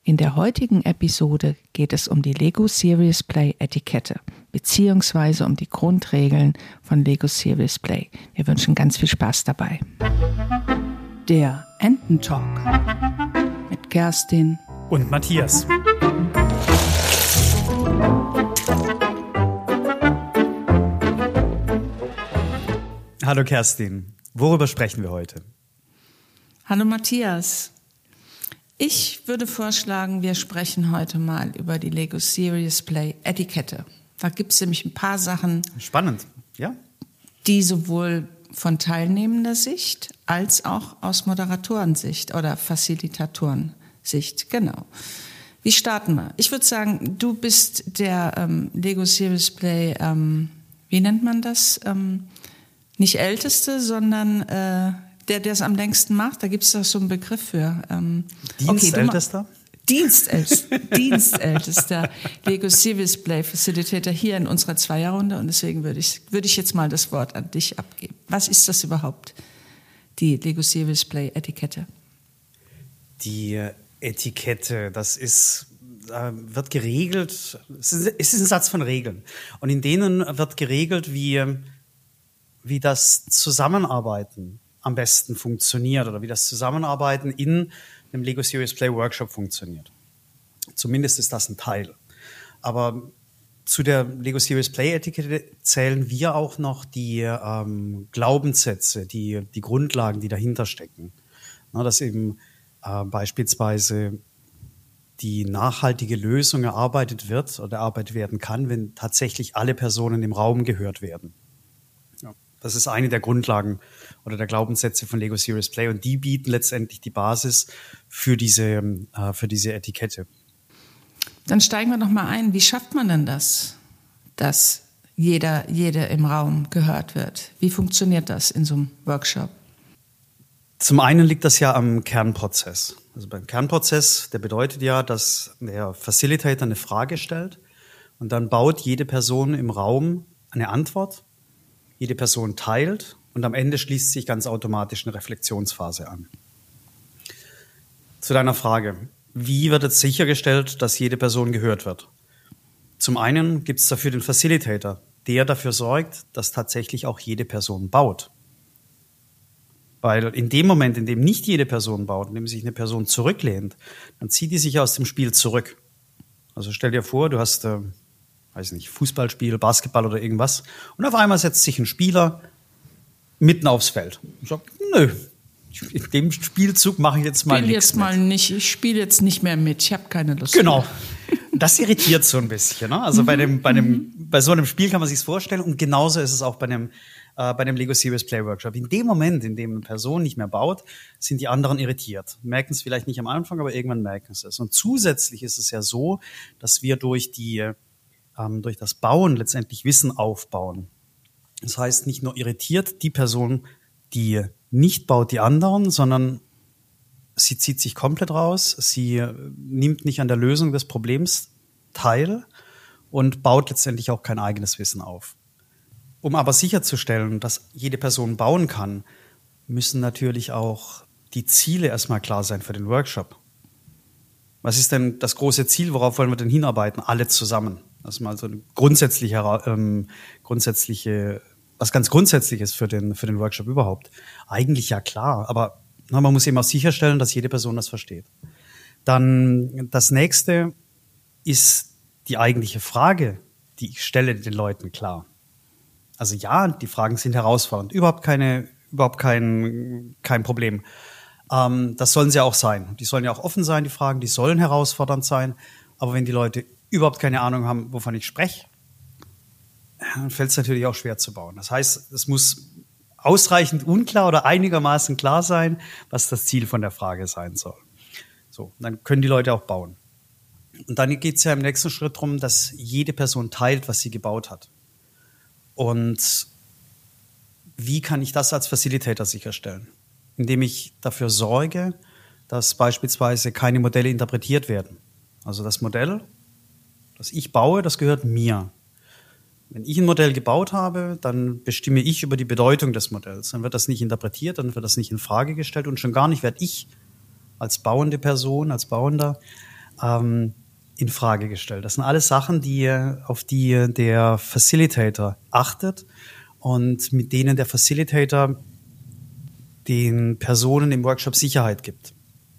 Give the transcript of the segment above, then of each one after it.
In der heutigen Episode geht es um die Lego Serious Play Etikette, beziehungsweise um die Grundregeln von Lego Serious Play. Wir wünschen ganz viel Spaß dabei. Der Ententalk mit Kerstin und Matthias. Hallo Kerstin, worüber sprechen wir heute? Hallo Matthias. Ich würde vorschlagen, wir sprechen heute mal über die Lego Serious Play Etikette. Da gibt es nämlich ein paar Sachen. Spannend, ja. Die sowohl von teilnehmender Sicht als auch aus Moderatorensicht oder Facilitatorensicht, genau. Wie starten wir? Ich würde sagen, du bist der Lego Serious Play, wie nennt man das? Nicht Älteste, sondern der es am längsten macht. Da gibt es doch so einen Begriff für. Dienstältester? Dienstältester Lego Serious Play Facilitator hier in unserer Zweierrunde. Und deswegen würde ich jetzt mal das Wort an dich abgeben. Was ist das überhaupt, die Lego Serious Play Etikette? Die Etikette, das wird geregelt, es ist ein Satz von Regeln. Und in denen wird geregelt, wie das Zusammenarbeiten am besten funktioniert oder wie das Zusammenarbeiten in einem Lego Serious Play Workshop funktioniert. Zumindest ist das ein Teil. Aber zu der Lego Serious Play Etikette zählen wir auch noch die Glaubenssätze, die Grundlagen, die dahinter stecken. Na, dass eben beispielsweise die nachhaltige Lösung erarbeitet wird oder erarbeitet werden kann, wenn tatsächlich alle Personen im Raum gehört werden. Das ist eine der Grundlagen oder der Glaubenssätze von Lego Serious Play und die bieten letztendlich die Basis für diese Etikette. Dann steigen wir noch mal ein. Wie schafft man denn das, dass jede im Raum gehört wird? Wie funktioniert das in so einem Workshop? Zum einen liegt das ja am Kernprozess. Also beim Kernprozess, der bedeutet ja, dass der Facilitator eine Frage stellt und dann baut jede Person im Raum eine Antwort. Jede Person teilt und am Ende schließt sich ganz automatisch eine Reflexionsphase an. Zu deiner Frage, wie wird jetzt sichergestellt, dass jede Person gehört wird? Zum einen gibt es dafür den Facilitator, der dafür sorgt, dass tatsächlich auch jede Person baut. Weil in dem Moment, in dem nicht jede Person baut, in dem sich eine Person zurücklehnt, dann zieht die sich aus dem Spiel zurück. Also stell dir vor, du hast Fußballspiel, Basketball oder irgendwas. Und auf einmal setzt sich ein Spieler mitten aufs Feld und sagt, nö, in dem Spielzug mache ich jetzt mal nichts mit. Ich spiele jetzt nicht mehr mit, ich habe keine Lust Genau. mehr. Das irritiert so ein bisschen. Ne? Also bei so einem Spiel kann man sich es vorstellen und genauso ist es auch bei einem Lego Serious Play Workshop. In dem Moment, in dem eine Person nicht mehr baut, sind die anderen irritiert. Merken es vielleicht nicht am Anfang, aber irgendwann merken sie es. Und zusätzlich ist es ja so, dass wir durch das Bauen letztendlich Wissen aufbauen. Das heißt, nicht nur irritiert die Person, die nicht baut, die anderen, sondern sie zieht sich komplett raus, sie nimmt nicht an der Lösung des Problems teil und baut letztendlich auch kein eigenes Wissen auf. Um aber sicherzustellen, dass jede Person bauen kann, müssen natürlich auch die Ziele erstmal klar sein für den Workshop. Was ist denn das große Ziel, worauf wollen wir denn hinarbeiten? Alle zusammen. Das ist mal so eine was ganz Grundsätzliches für den Workshop überhaupt. Eigentlich ja klar, aber man muss eben auch sicherstellen, dass jede Person das versteht. Dann das nächste ist die eigentliche Frage, die ich stelle den Leuten klar. Also ja, die Fragen sind herausfordernd, überhaupt kein Problem. Das sollen sie auch sein. Die sollen ja auch offen sein, die Fragen, die sollen herausfordernd sein. Aber wenn die Leute überhaupt keine Ahnung haben, wovon ich spreche, dann fällt es natürlich auch schwer zu bauen. Das heißt, es muss ausreichend unklar oder einigermaßen klar sein, was das Ziel von der Frage sein soll. So, dann können die Leute auch bauen. Und dann geht es ja im nächsten Schritt darum, dass jede Person teilt, was sie gebaut hat. Und wie kann ich das als Facilitator sicherstellen? Indem ich dafür sorge, dass beispielsweise keine Modelle interpretiert werden. Also das Modell, das ich baue, das gehört mir. Wenn ich ein Modell gebaut habe, dann bestimme ich über die Bedeutung des Modells. Dann wird das nicht interpretiert, dann wird das nicht in Frage gestellt und schon gar nicht werde ich als bauende Person, als Bauender in Frage gestellt. Das sind alles Sachen, auf die der Facilitator achtet und mit denen der Facilitator den Personen im Workshop Sicherheit gibt.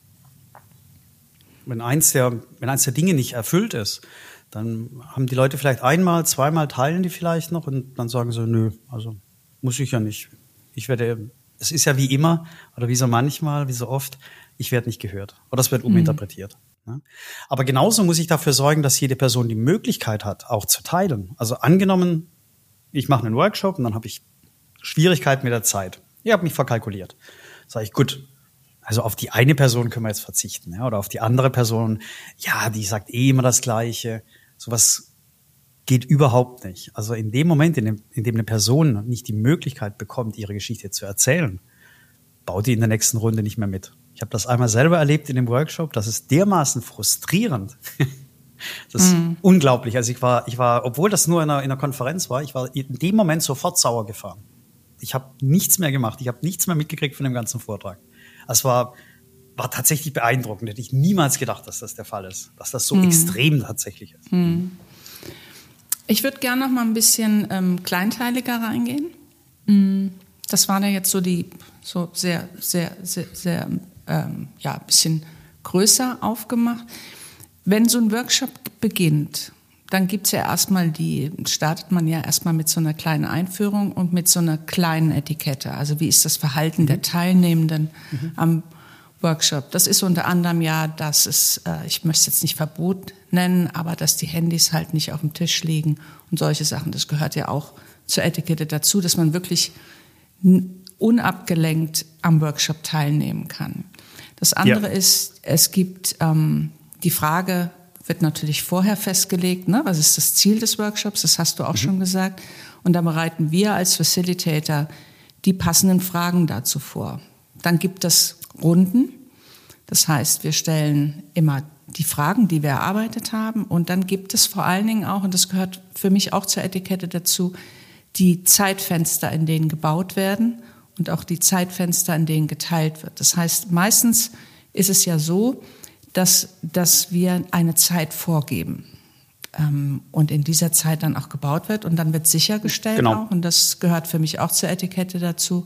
Wenn eins der Dinge nicht erfüllt ist, dann haben die Leute vielleicht einmal, zweimal teilen die vielleicht noch und dann sagen sie, nö, also muss ich ja nicht. Es ist ja wie immer oder wie so manchmal, wie so oft, ich werde nicht gehört oder es wird uminterpretiert. Ne? Aber genauso muss ich dafür sorgen, dass jede Person die Möglichkeit hat, auch zu teilen. Also angenommen, ich mache einen Workshop und dann habe ich Schwierigkeiten mit der Zeit. Ich habe mich verkalkuliert. Sage ich, gut, also auf die eine Person können wir jetzt verzichten, ja, oder auf die andere Person, ja, die sagt eh immer das Gleiche. Sowas geht überhaupt nicht. Also in dem Moment, in dem eine Person nicht die Möglichkeit bekommt, ihre Geschichte zu erzählen, baut die in der nächsten Runde nicht mehr mit. Ich habe das einmal selber erlebt in dem Workshop. Das ist dermaßen frustrierend. Das ist unglaublich. Also ich war, obwohl das nur in einer Konferenz war, ich war in dem Moment sofort sauer gefahren. Ich habe nichts mehr gemacht. Ich habe nichts mehr mitgekriegt von dem ganzen Vortrag. Es war tatsächlich beeindruckend. Hätte ich niemals gedacht, dass das der Fall ist. Dass das so extrem tatsächlich ist. Ich würde gerne noch mal ein bisschen kleinteiliger reingehen. Das waren ja jetzt so sehr, sehr, sehr, sehr ein bisschen größer aufgemacht. Wenn so ein Workshop beginnt, dann startet man ja erstmal mit so einer kleinen Einführung und mit so einer kleinen Etikette. Also wie ist das Verhalten der Teilnehmenden am Workshop? Das ist unter anderem ja, dass ich möchte es jetzt nicht Verbot nennen, aber dass die Handys halt nicht auf dem Tisch liegen und solche Sachen. Das gehört ja auch zur Etikette dazu, dass man wirklich unabgelenkt am Workshop teilnehmen kann. Das andere ist, es gibt die Frage, wird natürlich vorher festgelegt, ne? Was ist das Ziel des Workshops? Das hast du auch schon gesagt. Und da bereiten wir als Facilitator die passenden Fragen dazu vor. Dann gibt es Runden. Das heißt, wir stellen immer die Fragen, die wir erarbeitet haben. Und dann gibt es vor allen Dingen auch, und das gehört für mich auch zur Etikette dazu, die Zeitfenster, in denen gebaut werden und auch die Zeitfenster, in denen geteilt wird. Das heißt, meistens ist es ja so, dass wir eine Zeit vorgeben und in dieser Zeit dann auch gebaut wird und dann wird sichergestellt auch, und das gehört für mich auch zur Etikette dazu,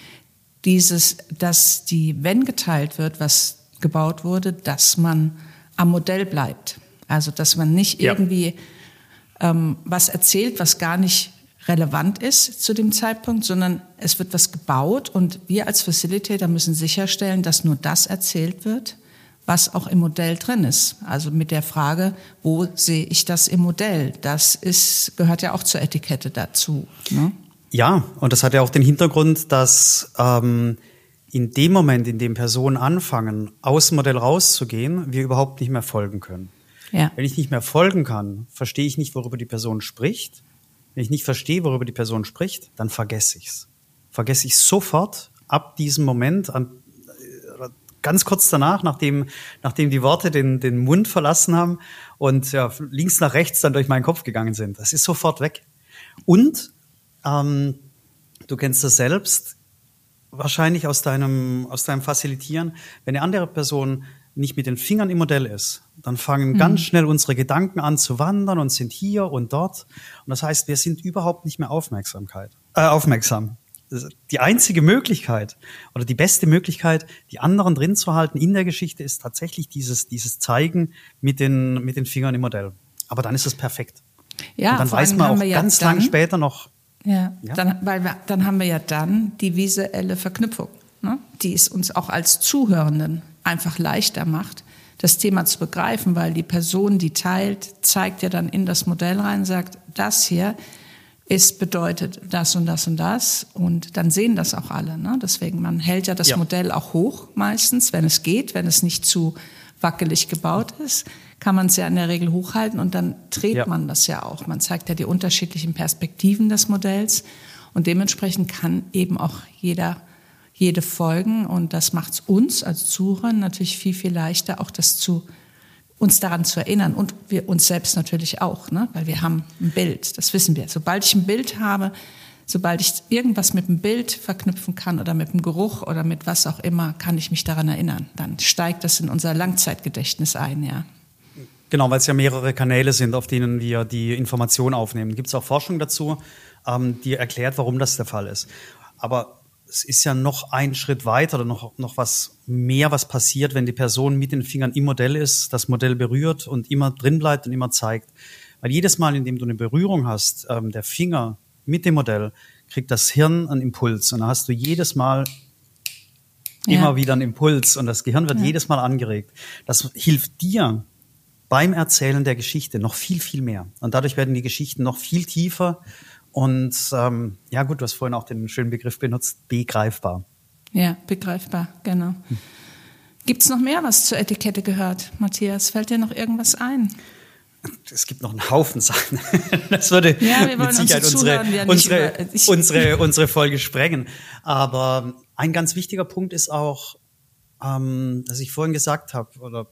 dass wenn geteilt wird, was gebaut wurde, dass man am Modell bleibt. Also dass man nicht irgendwie was erzählt, was gar nicht relevant ist zu dem Zeitpunkt, sondern es wird was gebaut und wir als Facilitator müssen sicherstellen, dass nur das erzählt wird, was auch im Modell drin ist. Also mit der Frage, wo sehe ich das im Modell? Gehört ja auch zur Etikette dazu. Ne? Ja, und das hat ja auch den Hintergrund, dass in dem Moment, in dem Personen anfangen, aus dem Modell rauszugehen, wir überhaupt nicht mehr folgen können. Ja. Wenn ich nicht mehr folgen kann, verstehe ich nicht, worüber die Person spricht. Wenn ich nicht verstehe, worüber die Person spricht, dann vergesse ich's. Vergesse ich sofort ab diesem Moment ganz kurz danach, nachdem die Worte den Mund verlassen haben und links nach rechts dann durch meinen Kopf gegangen sind. Das ist sofort weg. Und du kennst das selbst, wahrscheinlich aus deinem Facilitieren, wenn eine andere Person nicht mit den Fingern im Modell ist, dann fangen ganz schnell unsere Gedanken an zu wandern und sind hier und dort. Und das heißt, wir sind überhaupt nicht mehr aufmerksam. Die einzige Möglichkeit oder die beste Möglichkeit, die anderen drin zu halten in der Geschichte, ist tatsächlich dieses Zeigen mit den Fingern im Modell. Aber dann ist es perfekt. Ja, und dann weiß man auch ganz lang später noch. Dann haben wir ja dann die visuelle Verknüpfung, ne? Die es uns auch als Zuhörenden einfach leichter macht, das Thema zu begreifen, weil die Person, die teilt, zeigt ja dann in das Modell rein, sagt, das hier bedeutet das und das und das und dann sehen das auch alle. Ne? Deswegen, man hält ja das Modell auch hoch meistens, wenn es geht, wenn es nicht zu wackelig gebaut ist, kann man es ja in der Regel hochhalten und dann dreht man das ja auch. Man zeigt ja die unterschiedlichen Perspektiven des Modells und dementsprechend kann eben auch jede folgen und das macht es uns als Zuhörer natürlich viel, viel leichter, auch uns daran zu erinnern und wir uns selbst natürlich auch, ne? Weil wir haben ein Bild, das wissen wir. Sobald ich ein Bild habe, sobald ich irgendwas mit einem Bild verknüpfen kann oder mit einem Geruch oder mit was auch immer, kann ich mich daran erinnern. Dann steigt das in unser Langzeitgedächtnis ein, ja. Genau, weil es ja mehrere Kanäle sind, auf denen wir die Information aufnehmen. Gibt es auch Forschung dazu, die erklärt, warum das der Fall ist. Aber es ist ja noch ein Schritt weiter oder noch was mehr, was passiert, wenn die Person mit den Fingern im Modell ist, das Modell berührt und immer drin bleibt und immer zeigt. Weil jedes Mal, in dem du eine Berührung hast, der Finger mit dem Modell, kriegt das Hirn einen Impuls. Und dann hast du jedes Mal immer wieder einen Impuls und das Gehirn wird jedes Mal angeregt. Das hilft dir beim Erzählen der Geschichte noch viel, viel mehr. Und dadurch werden die Geschichten noch viel tiefer und ja gut, du hast vorhin auch den schönen Begriff benutzt, begreifbar. Ja, begreifbar, genau. Gibt es noch mehr, was zur Etikette gehört, Matthias? Fällt dir noch irgendwas ein? Es gibt noch einen Haufen Sachen. Das würde mit Sicherheit unsere Folge sprengen. Aber ein ganz wichtiger Punkt ist auch, dass ich vorhin gesagt habe oder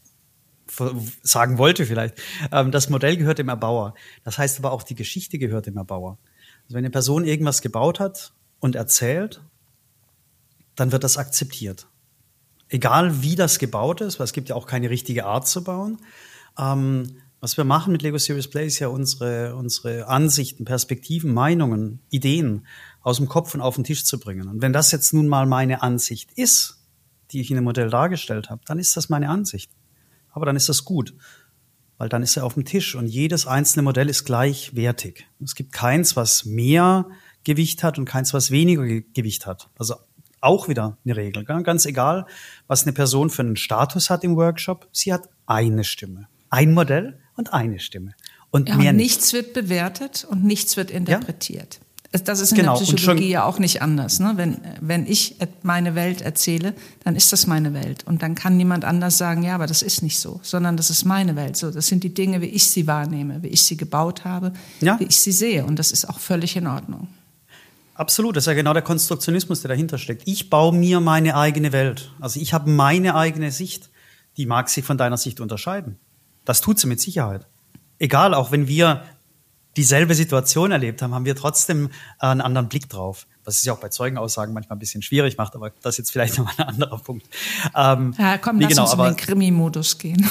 sagen wollte vielleicht, das Modell gehört dem Erbauer. Das heißt aber auch, die Geschichte gehört dem Erbauer. Also wenn eine Person irgendwas gebaut hat und erzählt, dann wird das akzeptiert. Egal wie das gebaut ist, weil es gibt ja auch keine richtige Art zu bauen. Was wir machen mit Lego Serious Play ist ja unsere Ansichten, Perspektiven, Meinungen, Ideen aus dem Kopf und auf den Tisch zu bringen. Und wenn das jetzt nun mal meine Ansicht ist, die ich in dem Modell dargestellt habe, dann ist das meine Ansicht. Aber dann ist das gut, weil dann ist er auf dem Tisch und jedes einzelne Modell ist gleichwertig. Es gibt keins, was mehr Gewicht hat und keins, was weniger Gewicht hat. Also auch wieder eine Regel. Ganz egal, was eine Person für einen Status hat im Workshop, sie hat eine Stimme. Ein Modell und eine Stimme. Und mehr und nicht. Nichts wird bewertet und nichts wird interpretiert. Ja? Das ist in genau. der Psychologie ja auch nicht anders. Ne? Wenn ich meine Welt erzähle, dann ist das meine Welt. Und dann kann niemand anders sagen, ja, aber das ist nicht so, sondern das ist meine Welt. So, das sind die Dinge, wie ich sie wahrnehme, wie ich sie gebaut habe, wie ich sie sehe. Und das ist auch völlig in Ordnung. Absolut, das ist ja genau der Konstruktionismus, der dahinter steckt. Ich baue mir meine eigene Welt. Also ich habe meine eigene Sicht. Die mag sich von deiner Sicht unterscheiden. Das tut sie mit Sicherheit. Egal, auch wenn wir dieselbe Situation erlebt haben, haben wir trotzdem einen anderen Blick drauf. Was es ja auch bei Zeugenaussagen manchmal ein bisschen schwierig macht, aber das ist jetzt vielleicht nochmal ein anderer Punkt. Ja, komm, lass uns in den Krimi-Modus gehen.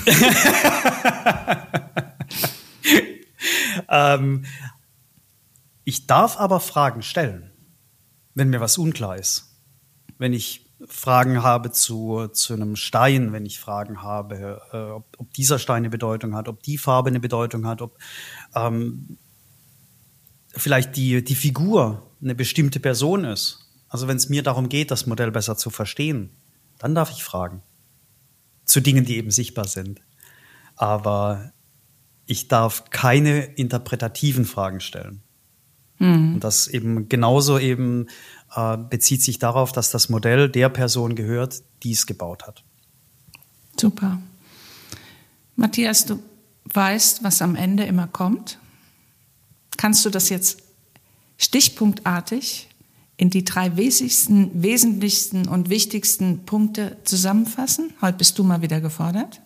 Ich darf aber Fragen stellen, wenn mir was unklar ist. Wenn ich Fragen habe zu einem Stein, wenn ich Fragen habe, ob dieser Stein eine Bedeutung hat, ob die Farbe eine Bedeutung hat, ob vielleicht die Figur eine bestimmte Person ist. Also wenn es mir darum geht, das Modell besser zu verstehen, dann darf ich fragen. Zu Dingen, die eben sichtbar sind. Aber ich darf keine interpretativen Fragen stellen. Und das eben genauso eben bezieht sich darauf, dass das Modell der Person gehört, die es gebaut hat. Super. Matthias, du weißt, was am Ende immer kommt. Kannst du das jetzt stichpunktartig in die 3 wesentlichsten und wichtigsten Punkte zusammenfassen? Heute bist du mal wieder gefordert.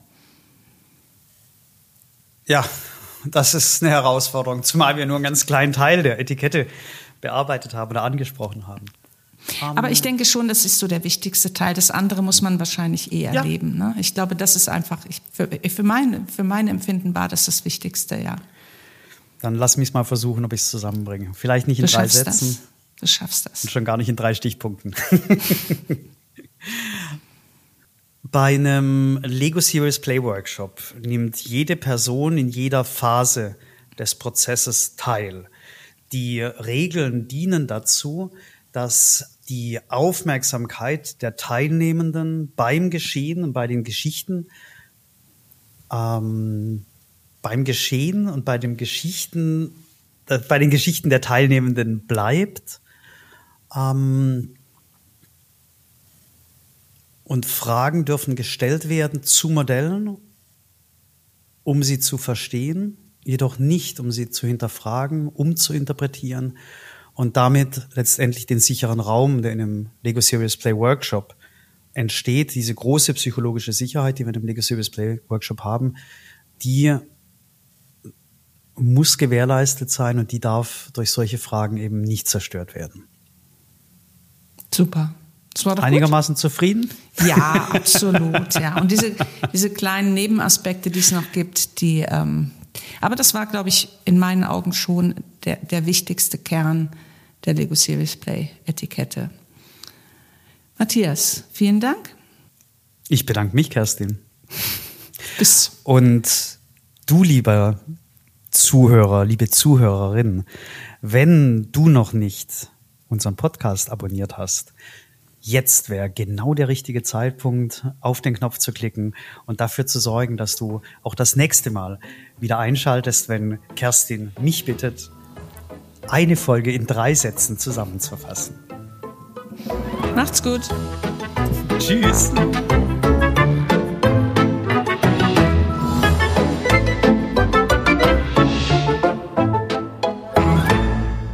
Ja, das ist eine Herausforderung, zumal wir nur einen ganz kleinen Teil der Etikette bearbeitet haben oder angesprochen haben. Aber ich denke schon, das ist so der wichtigste Teil. Das andere muss man wahrscheinlich erleben. Ne? Ich glaube, das ist einfach, für mein Empfinden war das Wichtigste, ja. Dann lass mich mal versuchen, ob ich es zusammenbringe. Vielleicht nicht in 3 Sätzen. Du schaffst das. Und schon gar nicht in 3 Stichpunkten. Bei einem Lego Serious Play Workshop nimmt jede Person in jeder Phase des Prozesses teil. Die Regeln dienen dazu, dass die Aufmerksamkeit der Teilnehmenden beim Geschehen und bei den Geschichten, beim Geschehen und bei den Geschichten der Teilnehmenden bleibt. Und Fragen dürfen gestellt werden zu Modellen, um sie zu verstehen, jedoch nicht, um sie zu hinterfragen, um zu interpretieren und damit letztendlich den sicheren Raum, der in einem Lego Serious Play Workshop entsteht, diese große psychologische Sicherheit, die wir in einem Lego Serious Play Workshop haben, die muss gewährleistet sein und die darf durch solche Fragen eben nicht zerstört werden. Super. Das war doch einigermaßen zufrieden? Ja, absolut. Ja. Und diese kleinen Nebenaspekte, die es noch gibt, aber das war, glaube ich, in meinen Augen schon der wichtigste Kern der Lego Serious Play Etikette. Matthias, vielen Dank. Ich bedanke mich, Kerstin. Bis. Und du, lieber Zuhörer, liebe Zuhörerin, wenn du noch nicht unseren Podcast abonniert hast, jetzt wäre genau der richtige Zeitpunkt, auf den Knopf zu klicken und dafür zu sorgen, dass du auch das nächste Mal wieder einschaltest, wenn Kerstin mich bittet, eine Folge in 3 Sätzen zusammenzufassen. Macht's gut. Tschüss.